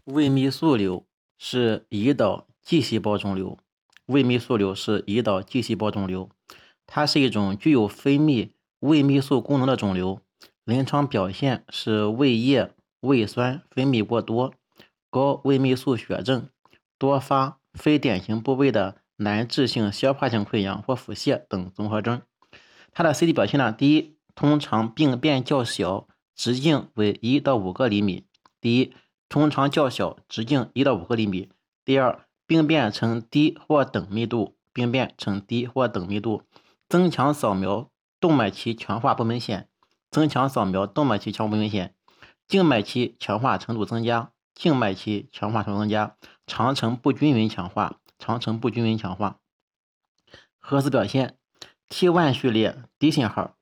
胃泌素瘤是胰岛G细胞肿瘤。胃泌素瘤是胰岛G细胞肿瘤，它是一种具有分泌胃泌素功能的肿瘤。临床表现是胃液、胃酸分泌过多、高胃泌素血症、多发非典型部位的难治性消化性溃疡或腹泻等综合征。它的 CT 表现呢，第一，通常病变较小，直径为1到5个厘米。第一，通常较小，直径1到5个厘米。第二，病变呈低或等密度，增强扫描动脉期强化不明显，静脉期强化程度增加，长程不均匀强化。核磁表现 T1 序列低信号，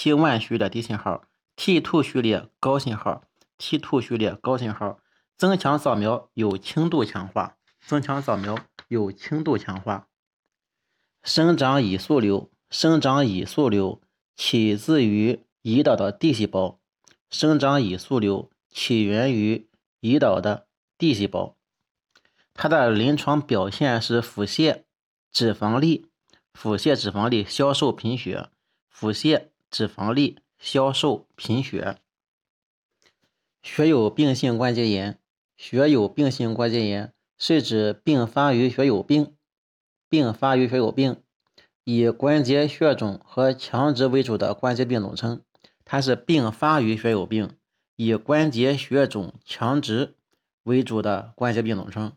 T2 序列高信号，增强扫描有轻度强化。生长胰素瘤起自于胰岛的 D 细胞，它的临床表现是腹泻、脂肪粒、消瘦贫血。血友病性关节炎是指并发于血友病，以关节血肿和强直为主的关节病总称。它是并发于血友病，以关节血肿强直为主的关节病总称。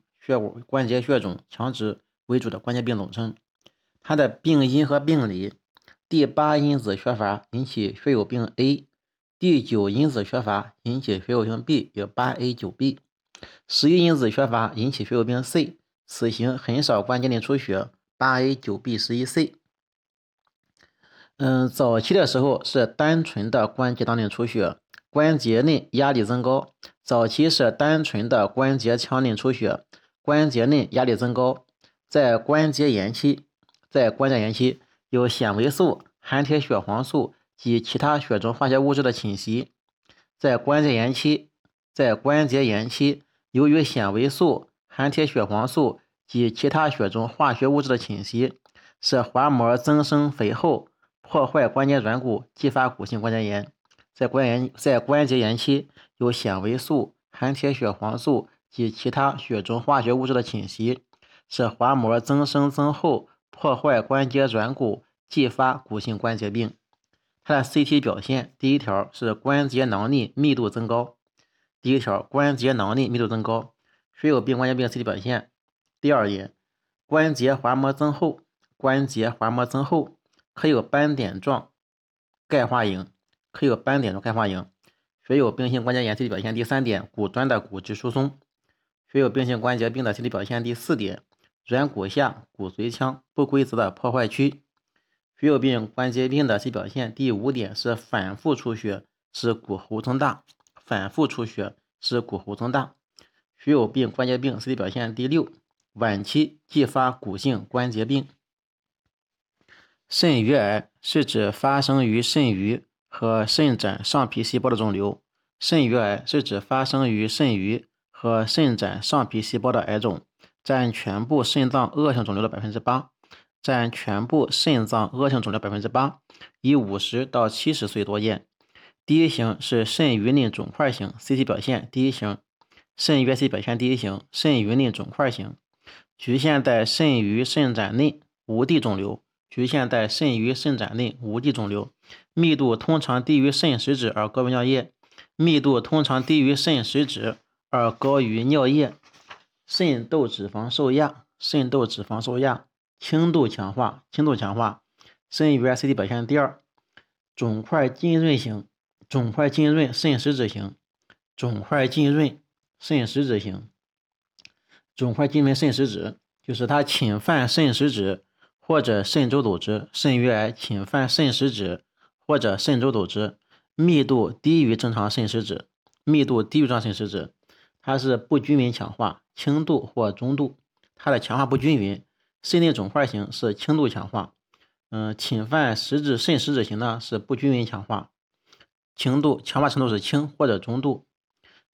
它的病因和病理：第8因子缺乏引起血友病 A， 第9因子缺乏引起血友病 B， 有 8A9B， 11因子缺乏引起血友病 C， 此型很少关节内出血， 8A9B11C。早期的时候是单纯的关节腔内出血，关节内压力增高。在关节炎期有纤维素、含铁血黄素及其他血中化学物质的侵袭。在关节炎期，由于纤维素、含铁血黄素及其他血中化学物质的侵袭，使滑膜增生肥厚，破坏关节软骨，继发骨性关节炎。在关节炎期，有纤维素、含铁血黄素及其他血中化学物质的侵袭，使滑膜增生增厚，破坏关节软骨，继发骨性关节病。它的 CT 表现，第一条是关节囊粒密度增高。血友病关节病 CT 表现。第二点，关节滑膜增厚，可有斑点状钙化营。血友病性关节炎 CT 表现。第三点，骨端的骨质疏松。血友病性关节病的 CT 表现。第四点，软骨下骨髓腔不规则的破坏区。血友病关节病的 CT 表现。第五点是反复出血，使骨骺增大。血友病关节病 CT 表现。第六，晚期继发骨性关节病。肾盂癌是指发生于肾盂和肾盏上皮细胞的肿瘤。肾盂癌是指发生于肾盂和肾盏上皮细胞的癌种，占全部肾脏恶性肿瘤的 8%， 以50到70岁多见。第一型是肾盂内肿块型 CT 表现。第一型肾盂 CT 表现。第一型肾盂内肿块型，局限在肾盂肾盏内，无地肿瘤。密度通常低于肾实质而高于尿液。肾窦脂肪受压，轻度强化。肾盂癌 CT 表现。第二，肿块浸润肾实质型。就是它侵犯肾实质或者肾周组织。肾盂癌侵犯肾实质或者肾周组织，密度低于正常肾实质。它是不均匀强化，轻度或中度。它的强化不均匀。肾内肿块型是轻度强化，侵犯肾实质型呢是不均匀强化，强化程度是轻或者中度。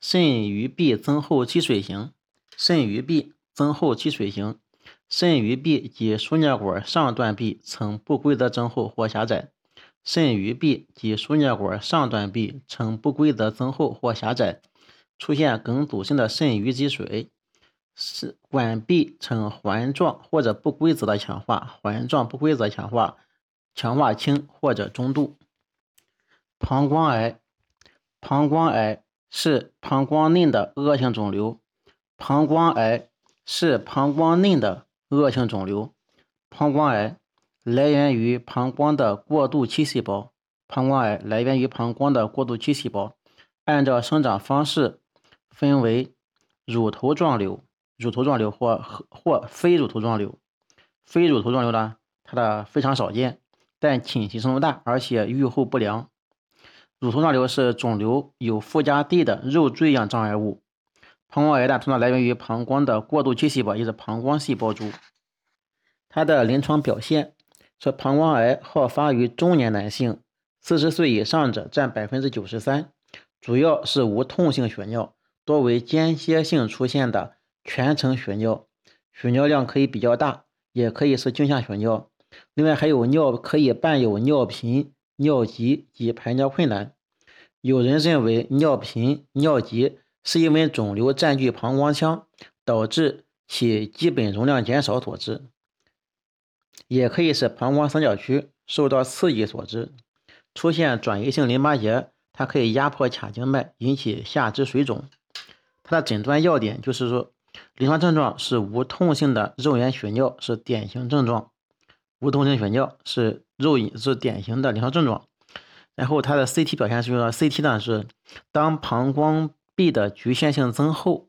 肾盂壁增厚积水型。肾盂壁增厚积水型。肾盂壁及输尿管上段壁呈不规则增厚或狭窄。肾盂壁及输尿管上段壁呈不规则增厚或狭窄，出现梗阻性的肾盂积水。管壁呈环状或者不规则的强化，环状不规则强化，强化轻或者中度。膀胱癌。膀胱癌是膀胱内的恶性肿瘤。膀胱癌是膀胱内的恶性肿瘤。膀胱癌来源于膀胱的过渡期细胞。膀胱癌来源于膀胱的过渡期细胞。按照生长方式分为乳头状瘤、或非乳头状瘤。非乳头状瘤呢，它的非常少见，但侵袭程度大，而且预后不良。乳头状瘤是肿瘤有附加地的肉锥样障碍物。膀胱癌通常来源于膀胱的过渡期细胞，也是膀胱细胞株。它的临床表现是膀胱癌好发于中年男性，40岁以上者占 93%， 主要是无痛性血尿，多为间歇性出现的全程血尿，血尿量可以比较大，也可以是镜像血尿。另外还有可以伴有尿频、尿急及排尿困难。有人认为尿频、尿急是因为肿瘤占据膀胱腔，导致其基本容量减少所致，也可以是膀胱三角区受到刺激所致。出现转移性淋巴结，它可以压迫髂静脉，引起下肢水肿。它的诊断要点就是说，临床症状是无痛性的肉眼血尿，是典型症状。无痛性血尿是典型的临床症状。然后它的 CT 表现是说 ，CT 呢是当膀胱壁的局限性增厚，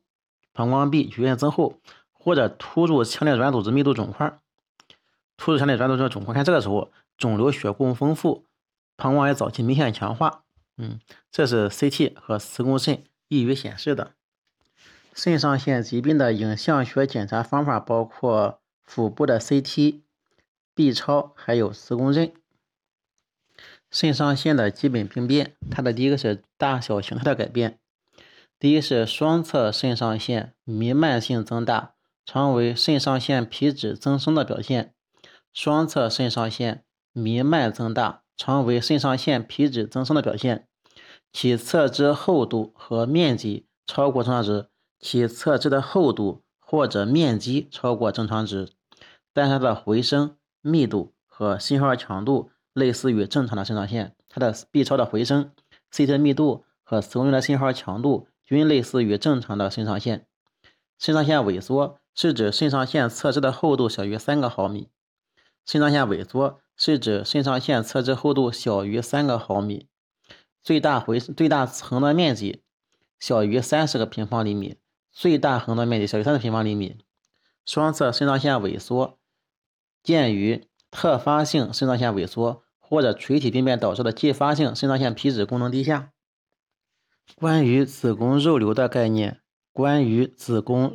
或者突入强烈软组织密度肿块，看这个时候肿瘤血供丰富，膀胱癌早期明显强化。这是 CT 和磁共振易于显示的。肾上腺疾病的影像学检查方法包括腹部的 CT、B 超还有磁共振。肾上腺的基本病变，它的第一个是大小形态的改变。第一是双侧肾上腺弥漫性增大，常为肾上腺皮质增生的表现。双侧肾上腺弥漫增大，常为肾上腺皮质增生的表现。其侧枝厚度和面积超过正常值，其侧枝的厚度或者面积超过正常值，但它的回声、密度和信号强度类似于正常的肾上腺。它的 B 超的回声、CT 的密度和磁共振的信号强度均类似于正常的肾上腺。肾上腺萎缩是指肾上腺侧枝的厚度小于3个毫米。肾上腺萎缩是指肾上腺侧枝厚度小于3个毫米，最大横断面积小于30个平方厘米，最大横断面积小于30平方厘米。双侧肾上腺萎缩见于特发性肾上腺萎缩或者垂体病变导致的继发性肾上腺皮质功能低下。关于子宫肉瘤的概念，子宫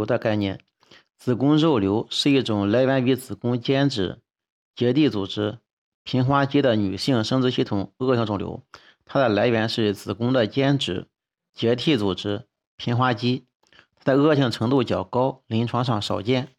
肉瘤是一种来源于子宫间质、结缔组织、平滑肌的女性生殖系统恶性肿瘤。它的来源是子宫的间质、结缔组织、平滑肌，它的恶性程度较高，临床上少见。